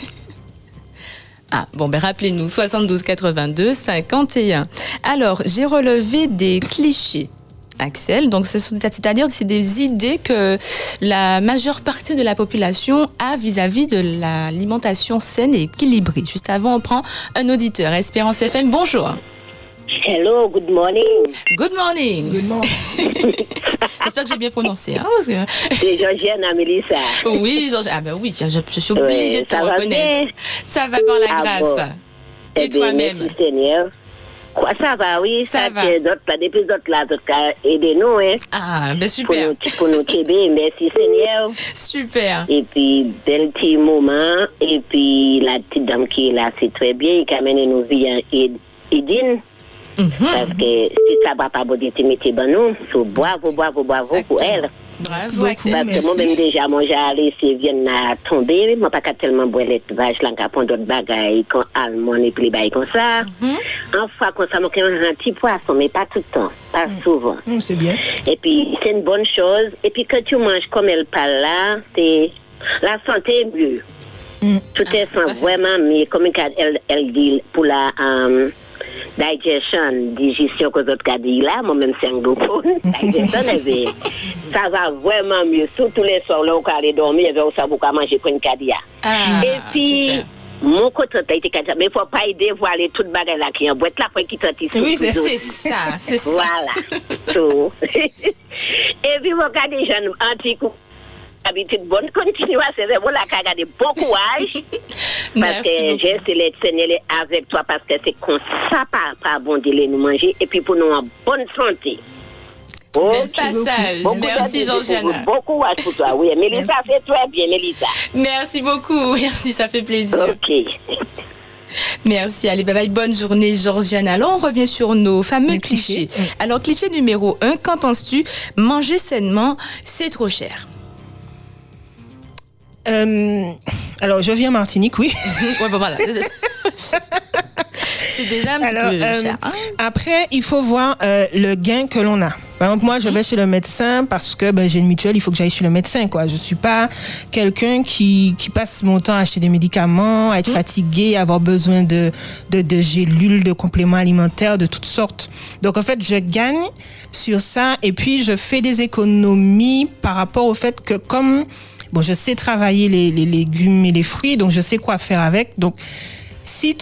Ah, bon, rappelez-nous, 72 82 51. Alors, j'ai relevé des clichés, Axel. Donc, c'est-à-dire, c'est des idées que la majeure partie de la population a vis-à-vis de l'alimentation saine et équilibrée. Juste avant, on prend un auditeur. Espérance FM, bonjour. Hello, good morning. Good morning. Good morning. J'espère que j'ai bien prononcé. Hein, parce que... C'est Georgienne Mélissa. Oui, Georgienne. Ah ben oui, je suis obligée de te reconnaître. Bien? Ça va par la grâce. Bon. Et toi-même? Merci Seigneur. Quoi, ça va, oui. Ça va. Depuis d'autres là, aidez-nous, hein. Ah, ben super. Pour nous aider, merci Seigneur. Super. Et puis, bel petit moment. Et puis, la petite dame qui est là, c'est très bien. Il a amené nos vies en Edine. Parce que si ça va pas body mettez ben nous, so bravo pour elle. Bravo, Axel. Parce que moi-même déjà, moi j'ai allé, c'est vienne à tomber, moi pas tellement boire les vaches, là, prendre d'autres bagailles, quand allemand et puis les bails comme ça. En fois, comme ça, moi, j'ai un petit poisson, mais pas tout le temps, pas souvent. C'est bien. Et puis, c'est une bonne chose. Et puis, quand tu manges comme elle parle là, c'est la santé est mieux. Tout est vraiment mieux, comme elle dit, pour la... digestion que d'autres cas dit là, moi-même c'est un groupe. Digestion, ça va vraiment mieux. Surtout les soirs, là, on peut aller dormir, et on peut manger pour une cadia. Et puis, super. mon côté, mais il ne faut pas dévoiler toute bagarre là qui est en boîte là pour qu'il t'en tisse. Oui, c'est ça, c'est ça. Voilà. Tout. Et puis, mon cas des jeunes anti-coups. Habitude bonne continuation, c'est vraiment la regarder bon courage. Parce que j'ai essayé de s'aimer avec toi parce que c'est comme ça par bon délai nous manger et puis pour nous en bonne santé. Bel passage. Merci Georgiane. Bon courage pour toi. Oui, Mélissa fait très bien, Mélissa. Merci beaucoup. Merci, ça fait plaisir. OK. Merci, allez, bye bye, bonne journée Georgiane. Alors, on revient sur nos fameux clichés. Alors, cliché numéro 1, qu'en penses-tu? Manger sainement, c'est trop cher. Alors, je viens en Martinique, oui. Ouais, bon, voilà. C'est déjà un petit peu cher. Hein? Après, il faut voir le gain que l'on a. Par exemple, moi, je vais chez le médecin parce que j'ai une mutuelle, il faut que j'aille chez le médecin, quoi. Je suis pas quelqu'un qui passe mon temps à acheter des médicaments, à être fatigué, à avoir besoin de gélules, de compléments alimentaires de toutes sortes. Donc, en fait, je gagne sur ça et puis je fais des économies par rapport au fait que comme je sais travailler les légumes et les fruits, donc je sais quoi faire avec. Donc, si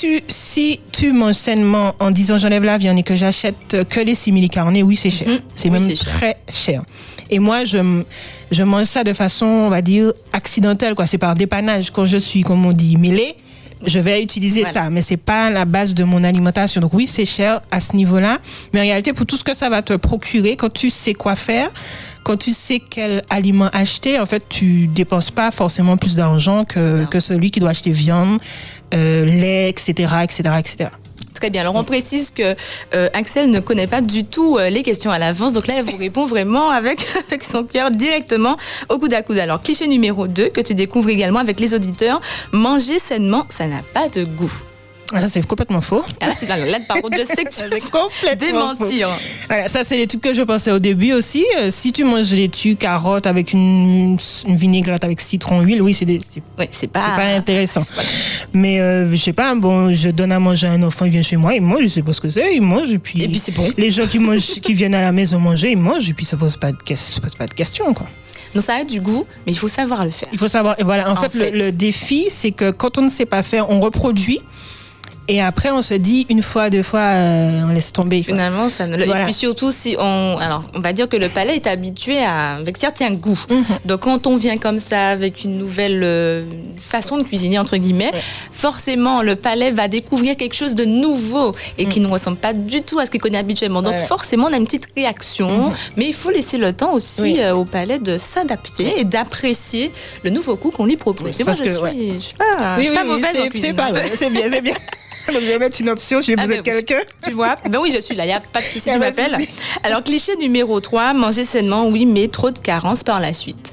tu manges sainement en disant j'enlève la viande et que j'achète que les simili-carnés, oui, c'est cher. C'est même très cher. Et moi, je mange ça de façon, on va dire, accidentelle, quoi. C'est par dépannage. Quand je suis, comme on dit, mêlée, je vais utiliser ça, mais c'est pas la base de mon alimentation. Donc oui, c'est cher à ce niveau-là, mais en réalité, pour tout ce que ça va te procurer, quand tu sais quoi faire, quand tu sais quel aliment acheter, en fait, tu dépenses pas forcément plus d'argent que celui qui doit acheter viande, lait, etc., etc., etc. Très bien. Alors, on précise que Axel ne connaît pas du tout les questions à l'avance. Donc là, elle vous répond vraiment avec son cœur directement au coude à coude. Alors, cliché numéro 2 que tu découvres également avec les auditeurs. Manger sainement, ça n'a pas de goût. Ah, ça, c'est complètement faux. Ah, là, c'est là, par contre, je sais que tu veux complètement démentir. Voilà, ça, c'est les trucs que je pensais au début aussi. Si tu manges laitue, carotte avec une vinaigrette avec citron, huile, oui, c'est pas intéressant. Mais, je sais pas, je donne à manger à un enfant, il vient chez moi, il mange, je sais pas ce que c'est, il mange, et puis c'est bon. Les gens qui viennent à la maison manger, ils mangent, et puis ça pose pas de questions, quoi. Donc ça a du goût, mais il faut savoir le faire. Il faut savoir, et voilà, en fait, le défi, c'est que quand on ne sait pas faire, on reproduit. Et après, on se dit, une fois, deux fois, on laisse tomber. Finalement, ça ne... Voilà. Et puis surtout, on va dire que le palais est habitué avec certains goûts. Donc, quand on vient comme ça, avec une nouvelle façon de cuisiner, entre guillemets, forcément, le palais va découvrir quelque chose de nouveau et qui ne ressemble pas du tout à ce qu'il connaît habituellement. Donc, forcément, on a une petite réaction. Mais il faut laisser le temps aussi au palais de s'adapter et d'apprécier le nouveau goût qu'on lui propose. Et moi, je suis pas mauvaise en cuisine. C'est bien. Donc, je vais mettre une option, je vais vous êtes quelqu'un. Tu vois? Ben oui, je suis là, il n'y a pas de souci, tu m'appelles. Alors, cliché numéro 3, manger sainement, oui, mais trop de carences par la suite.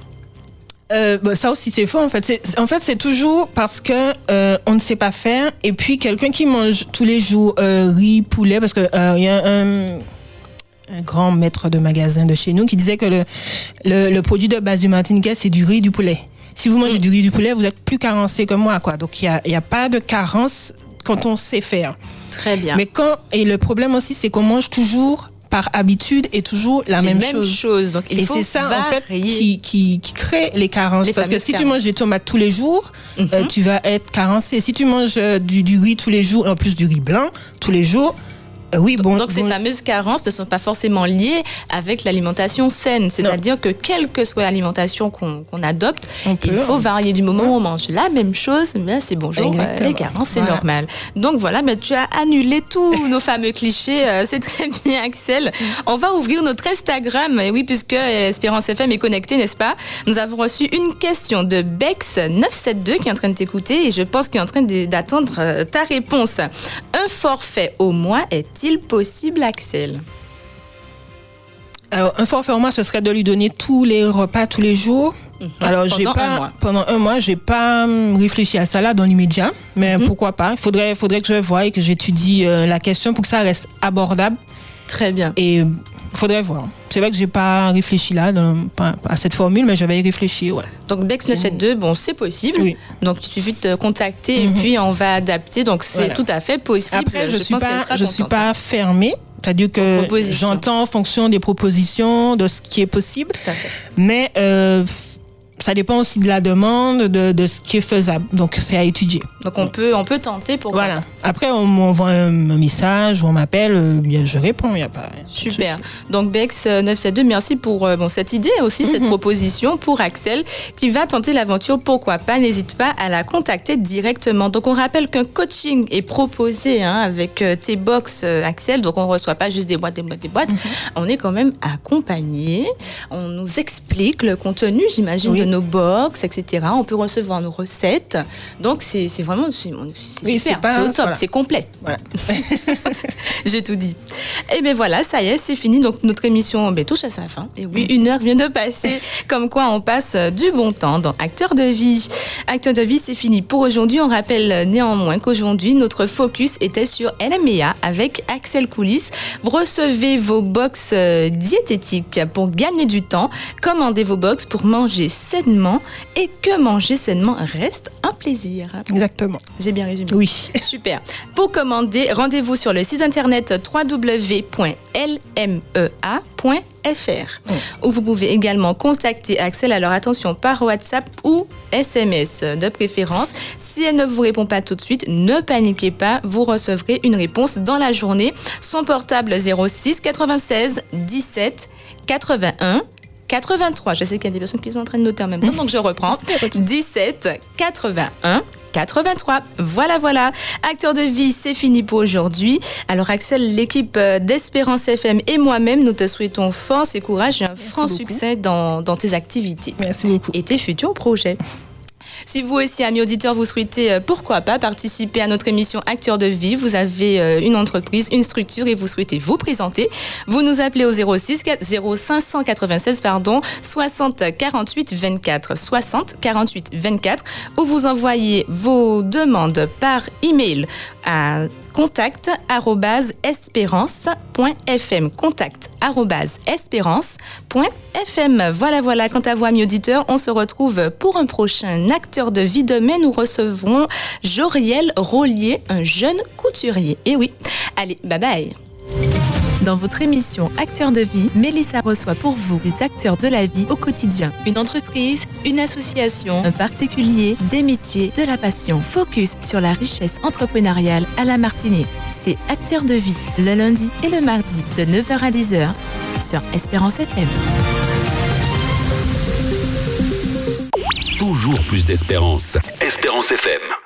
Ça aussi c'est faux en fait. C'est toujours parce que on ne sait pas faire et puis quelqu'un qui mange tous les jours riz, poulet, parce que il y a un grand maître de magasin de chez nous qui disait que le produit de base du Martiniquais c'est du riz, du poulet. Si vous mangez du riz, du poulet, vous êtes plus carencé que moi quoi. Donc il y a pas de carence quand on sait faire. Très bien. Mais le problème aussi c'est qu'on mange toujours par habitude et toujours la même chose. Donc, et c'est ça en fait qui crée les carences. Parce que si tu manges des tomates tous les jours, tu vas être carencé. Si tu manges du riz tous les jours, en plus du riz blanc tous les jours, donc ces fameuses carences ne sont pas forcément liées avec l'alimentation saine. C'est-à-dire que quelle que soit l'alimentation qu'on adopte, il faut varier. Du moment où on mange la même chose, mais c'est bonjour, les carences, c'est normal. Donc voilà, mais tu as annulé tous nos fameux clichés. C'est très bien, Axel. On va ouvrir notre Instagram. Et oui, puisque Espérance FM est connectée, n'est-ce pas? Nous avons reçu une question de Bex972 qui est en train de t'écouter et je pense qu'il est en train d'attendre ta réponse. Un forfait au mois est-il possible, Axel? Alors, un forfait au mois, ce serait de lui donner tous les repas tous les jours. Alors, pendant un mois, j'ai pas réfléchi à ça là dans l'immédiat, mais pourquoi pas? Il faudrait que je voie et que j'étudie la question pour que ça reste abordable. Très bien. Et il faudrait voir. C'est vrai que j'ai pas réfléchi là à cette formule, mais je vais y réfléchir. Ouais. Donc Bex972, bon, c'est possible. Oui. Donc il suffit de te contacter et puis on va adapter. Donc c'est tout à fait possible. Après, je suis pas fermée. C'est-à-dire que j'entends en fonction des propositions, de ce qui est possible. Tout à fait. Mais ça dépend aussi de la demande, de ce qui est faisable. Donc, c'est à étudier. Donc, on peut tenter pour... Voilà. Après, on m'envoie un message ou on m'appelle, je réponds, il n'y a pas... Super. Donc, Bex972, merci pour cette idée aussi, cette proposition pour Axel, qui va tenter l'aventure. Pourquoi pas? N'hésite pas à la contacter directement. Donc, on rappelle qu'un coaching est proposé avec tes box, Axel. Donc, on ne reçoit pas juste des boîtes. On est quand même accompagné. On nous explique le contenu, j'imagine, de nos box, etc. On peut recevoir nos recettes. Donc, c'est vraiment c'est super, c'est au top, c'est complet. Voilà. J'ai tout dit. Et bien voilà, ça y est, c'est fini. Donc, notre émission touche à sa fin. Et oui, 1 heure vient de passer. Comme quoi, on passe du bon temps dans Acteurs de vie. Acteurs de vie, c'est fini pour aujourd'hui. On rappelle néanmoins qu'aujourd'hui, notre focus était sur LMEA avec Axel Coulis. Vous recevez vos box diététiques pour gagner du temps. Commandez vos box pour manger sainement et que manger sainement reste un plaisir. Exactement. J'ai bien résumé. Oui. Super. Pour commander, rendez-vous sur le site internet www.lmea.fr où vous pouvez également contacter Axel. Alors attention, par WhatsApp ou SMS de préférence. Si elle ne vous répond pas tout de suite, ne paniquez pas, vous recevrez une réponse dans la journée. Son portable 06 96 17 81 83. Je sais qu'il y a des personnes qui sont en train de noter en même temps, donc je reprends. 17 81 83. Voilà. Acteurs de vie, c'est fini pour aujourd'hui. Alors Axel, l'équipe d'Espérance FM et moi-même, nous te souhaitons force et courage et un franc succès dans tes activités. Merci beaucoup. Et tes futurs projets. Si vous aussi, amis auditeurs, vous souhaitez, pourquoi pas, participer à notre émission Acteurs de vie, vous avez une entreprise, une structure et vous souhaitez vous présenter, vous nous appelez au 0596 60 48 24 60 48 24 ou vous envoyez vos demandes par email à contact@espérance.fm contact@espérance.fm. Voilà. Quant à vous, amis auditeurs, on se retrouve pour un prochain Acteur de vie. Demain, nous recevrons Joriel Rollier, un jeune couturier. Et oui, allez, bye bye. Dans votre émission Acteurs de vie, Mélissa reçoit pour vous des acteurs de la vie au quotidien. Une entreprise, une association, un particulier, des métiers, de la passion. Focus sur la richesse entrepreneuriale à la Martinique. C'est Acteurs de vie, le lundi et le mardi de 9h à 10h sur Espérance FM. Toujours plus d'espérance. Espérance FM.